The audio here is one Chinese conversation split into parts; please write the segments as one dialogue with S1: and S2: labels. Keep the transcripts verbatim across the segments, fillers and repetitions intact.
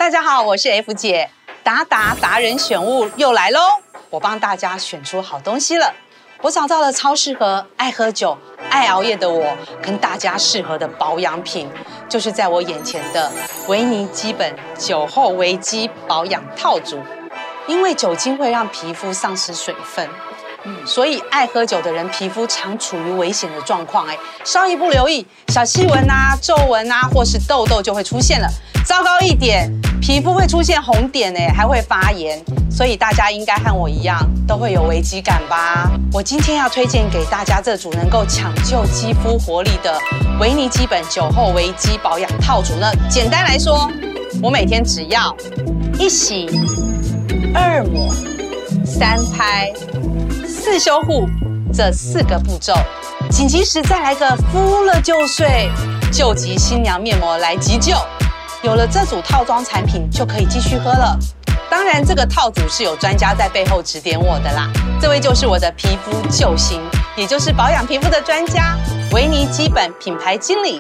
S1: 大家好，我是 F 姐，达达达人选物又来喽！我帮大家选出好东西了。我找到了超适合爱喝酒、爱熬夜的我，跟大家适合的保养品，就是在我眼前的维尼基本酒后维基保养套组。因为酒精会让皮肤丧失水分。嗯，所以爱喝酒的人皮肤常处于危险的状况，哎，稍一不留意，小细纹啊、皱纹啊，或是痘痘就会出现了。糟糕一点，皮肤会出现红点，哎，还会发炎。所以大家应该和我一样，都会有危机感吧？我今天要推荐给大家这组能够抢救肌肤活力的维尼基本酒后维基保养套组呢。简单来说，我每天只要一洗、二抹、三拍、四修护这四个步骤，紧急时再来个敷了就睡，救急新娘面膜来急救。有了这组套装产品，就可以继续喝了。当然，这个套组是有专家在背后指点我的啦。这位就是我的皮肤救星，也就是保养皮肤的专家，维尼基本品牌经理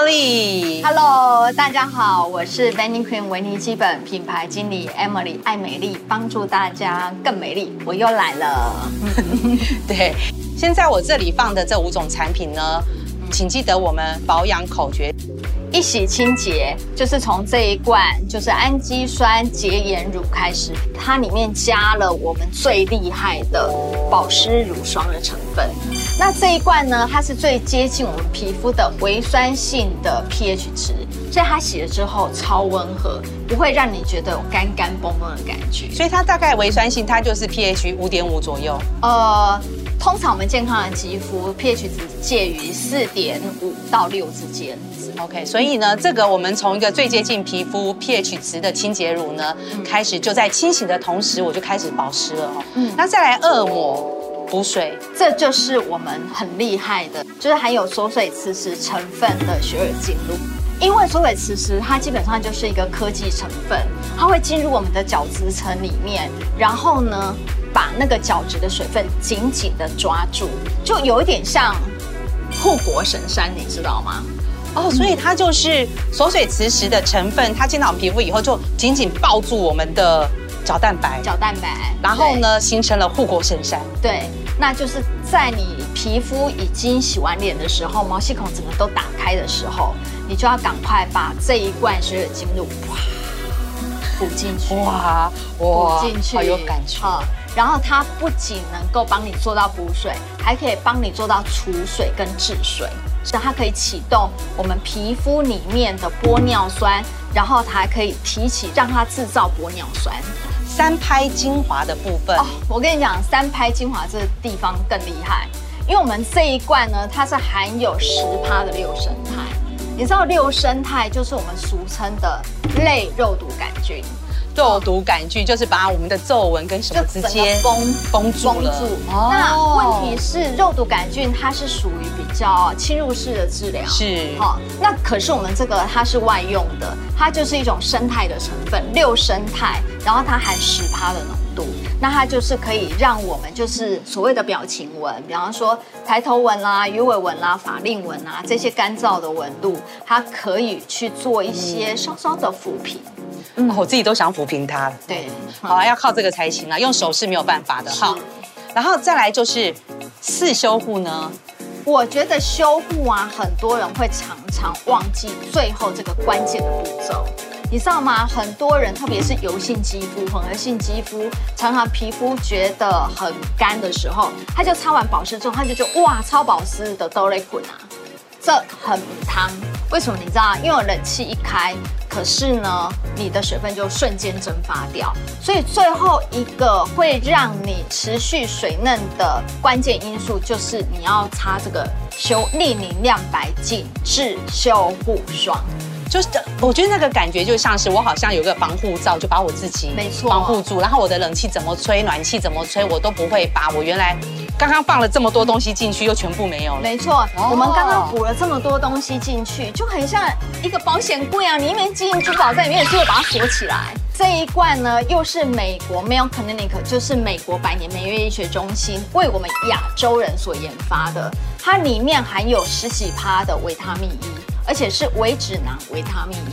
S1: Emily。Hello，
S2: 大家好，我是 Vanicream 维尼基本品牌经理 Emily， 爱美丽，帮助大家更美丽，我又来了。
S1: 对，现在我这里放的这五种产品呢，请记得我们保养口诀。
S2: 一洗清洁就是从这一罐就是氨基酸洁颜乳开始，它里面加了我们最厉害的保湿乳霜的成分。那这一罐呢，它是最接近我们皮肤的微酸性的 pH 值，所以它洗了之后超温和，不会让你觉得有干干绷绷的感觉。
S1: 所以它大概微酸性，它就是 pH 五点五左右。
S2: 呃。通常我们健康的肌肤 pH 值介于四点五到六之间。
S1: OK， 所以呢，这个我们从一个最接近皮肤 pH 值的清洁乳呢，嗯、开始就在清洗的同时，我就开始保湿了哦。嗯，那再来二抹补水，
S2: 这就是我们很厉害的，就是含有锁水磁石成分的雪耳精露。因为锁水磁石它基本上就是一个科技成分，它会进入我们的角质层里面，然后呢，把那个角质的水分紧紧的抓住，就有一点像护国神山，你知道吗？
S1: 哦，所以它就是锁水磁石的成分，它进到我们皮肤以后，就紧紧抱住我们的角蛋白，
S2: 角蛋白，
S1: 然后呢，形成了护国神山。
S2: 对，那就是在你皮肤已经洗完脸的时候，毛细孔整个都打开的时候，你就要赶快把这一罐雪耳精露哇补进去，
S1: 哇
S2: 哇，补进去，
S1: 好有感觉。
S2: 好，然后它不仅能够帮你做到补水，还可以帮你做到除水跟治水。它可以启动我们皮肤里面的玻尿酸，然后它还可以提起让它制造玻尿酸。
S1: 三拍精华的部分，哦，
S2: 我跟你讲，三拍精华这个地方更厉害，因为我们这一罐呢，它是含有十趴的六胜肽。你知道六胜肽就是我们俗称的类肉毒杆菌。
S1: 肉毒杆菌就是把我们的皱纹跟什么直接
S2: 绷
S1: 绷住了。
S2: 哦，那问题是肉毒杆菌它是属于比较侵入式的治疗，
S1: 是
S2: 好，哦。那可是我们这个它是外用的，它就是一种胜肽的成分，六胜肽，然后它含十趴的浓度，那它就是可以让我们就是所谓的表情纹，比方说抬头纹啦、鱼尾纹啦、法令纹啊这些干燥的纹路，它可以去做一些稍稍的抚平。
S1: 嗯，我自己都想抚平它了。
S2: 对，
S1: 好啊，要靠这个才行啊，用手是没有办法的哈。然后再来就是四修护呢，
S2: 我觉得修护啊，很多人会常常忘记最后这个关键的步骤，你知道吗？很多人特别是油性肌肤、混合性肌肤，常常皮肤觉得很干的时候，他就擦完保湿之后，他就觉得哇，超保湿的都类捆啊，这很汤。为什么？你知道？因为冷气一开。可是呢，你的水分就瞬间蒸发掉，所以最后一个会让你持续水嫩的关键因素就是你要擦这个修丽宁亮白紧致修护霜。
S1: 就是我觉得那个感觉就像是我好像有个防护罩，就把我自己
S2: 没错
S1: 防护住，然后我的冷气怎么吹，暖气怎么吹，我都不会把我原来刚刚放了这么多东西进去又全部没有了。
S2: 没错，哦，我们刚刚补了这么多东西进去，就很像一个保险柜啊，你一面金银珠宝在里面，就会把它锁起来。这一罐呢，又是美国 Mayo Clinic， 就是美国百年梅约医学中心为我们亚洲人所研发的，它里面含有十几趴的维他命 E。而且是微脂囊维他命 E，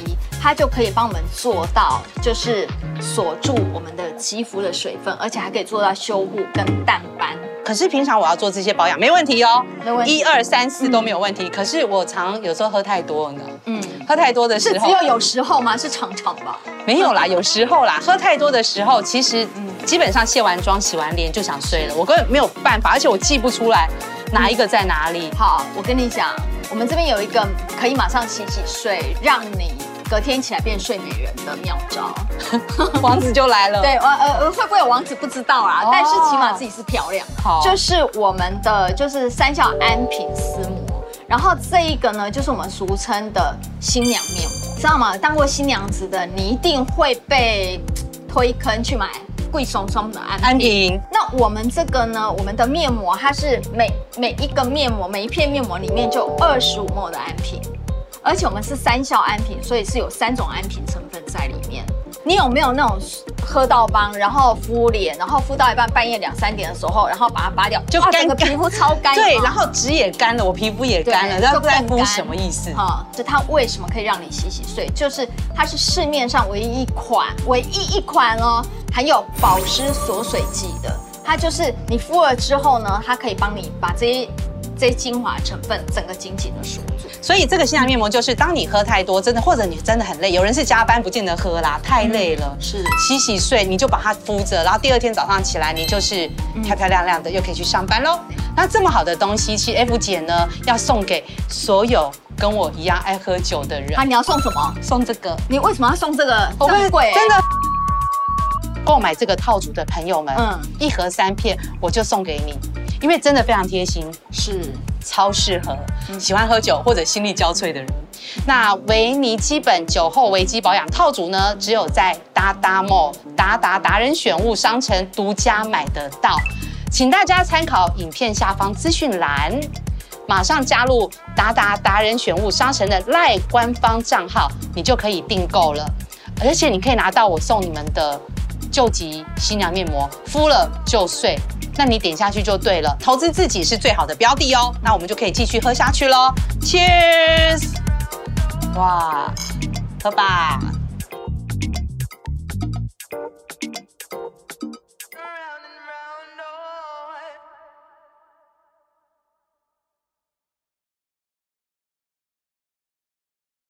S2: 它就可以帮我们做到，就是锁住我们的肌肤的水分，而且还可以做到修护跟淡斑。
S1: 可是平常我要做这些保养没问题哦，
S2: 没问题，
S1: 一二三四都没有问题。嗯、可是我常有时候喝太多了呢，嗯，喝太多的时候
S2: 是只有有时候吗？是常常吧？
S1: 没有啦，有时候啦，喝太多的时候，其实基本上卸完妆、洗完脸就想睡了，我根本没有办法，而且我记不出来哪一个在哪里。
S2: 嗯、好，我跟你讲，我们这边有一个可以马上洗洗睡，让你隔天起来变睡美人的妙招。
S1: 王子就来了。
S2: 对，呃呃，会不会有王子不知道啦，哦、但是起码自己是漂亮的。好，就是我们的就是三效安瓶丝膜，然后这一个呢，就是我们俗称的新娘面膜，知道吗？当过新娘子的，你一定会被推坑去买贵松松的安瓶。
S1: 安瓶。
S2: 那我们这个呢，我们的面膜它是每每一个面膜，每一片面膜里面就有二十五 毫升的安瓶。而且我们是三效安瓶，所以是有三种安瓶成分在里面。你有没有那种喝到帮，然后敷脸，然后敷到一半半夜两三点的时候，然后把它拔掉，
S1: 就干
S2: 整个皮肤超干？
S1: 对，然后纸也干了，我皮肤也干了，那不在敷什么意思？
S2: 哈，就它为什么可以让你洗洗睡？就是它是市面上唯一一款，唯一一款哦，含有保湿锁水剂的。它就是你敷了之后呢，它可以帮你把这些。这些精华成分整个紧紧的锁住，
S1: 所以这个新娘面膜就是当你喝太多，真的或者你真的很累，有人是加班不见得喝啦，太累了，嗯、是洗洗睡你就把它敷着，然后第二天早上起来你就是漂漂亮亮的，又可以去上班喽。那这么好的东西，其实 F 姐呢要送给所有跟我一样爱喝酒的人。
S2: 啊，你要送什么？
S1: 送这个。
S2: 你为什么要送这个？这么贵、欸？
S1: 真的。购买这个套组的朋友们，嗯，一盒三片我就送给你，因为真的非常贴心，
S2: 是
S1: 超适合喜欢喝酒或者心力交瘁的人。那维尼基本酒后维基保养套组呢，只有在达达 Mall 达达达人选物商城独家买得到，请大家参考影片下方资讯栏，马上加入达达达人选物商城的 LINE 官方账号，你就可以订购了，而且你可以拿到我送你们的救急新娘面膜，敷了就睡，那你点下去就对了。投资自己是最好的标的哦。那我们就可以继续喝下去喽 ，Cheers！ 哇，喝吧。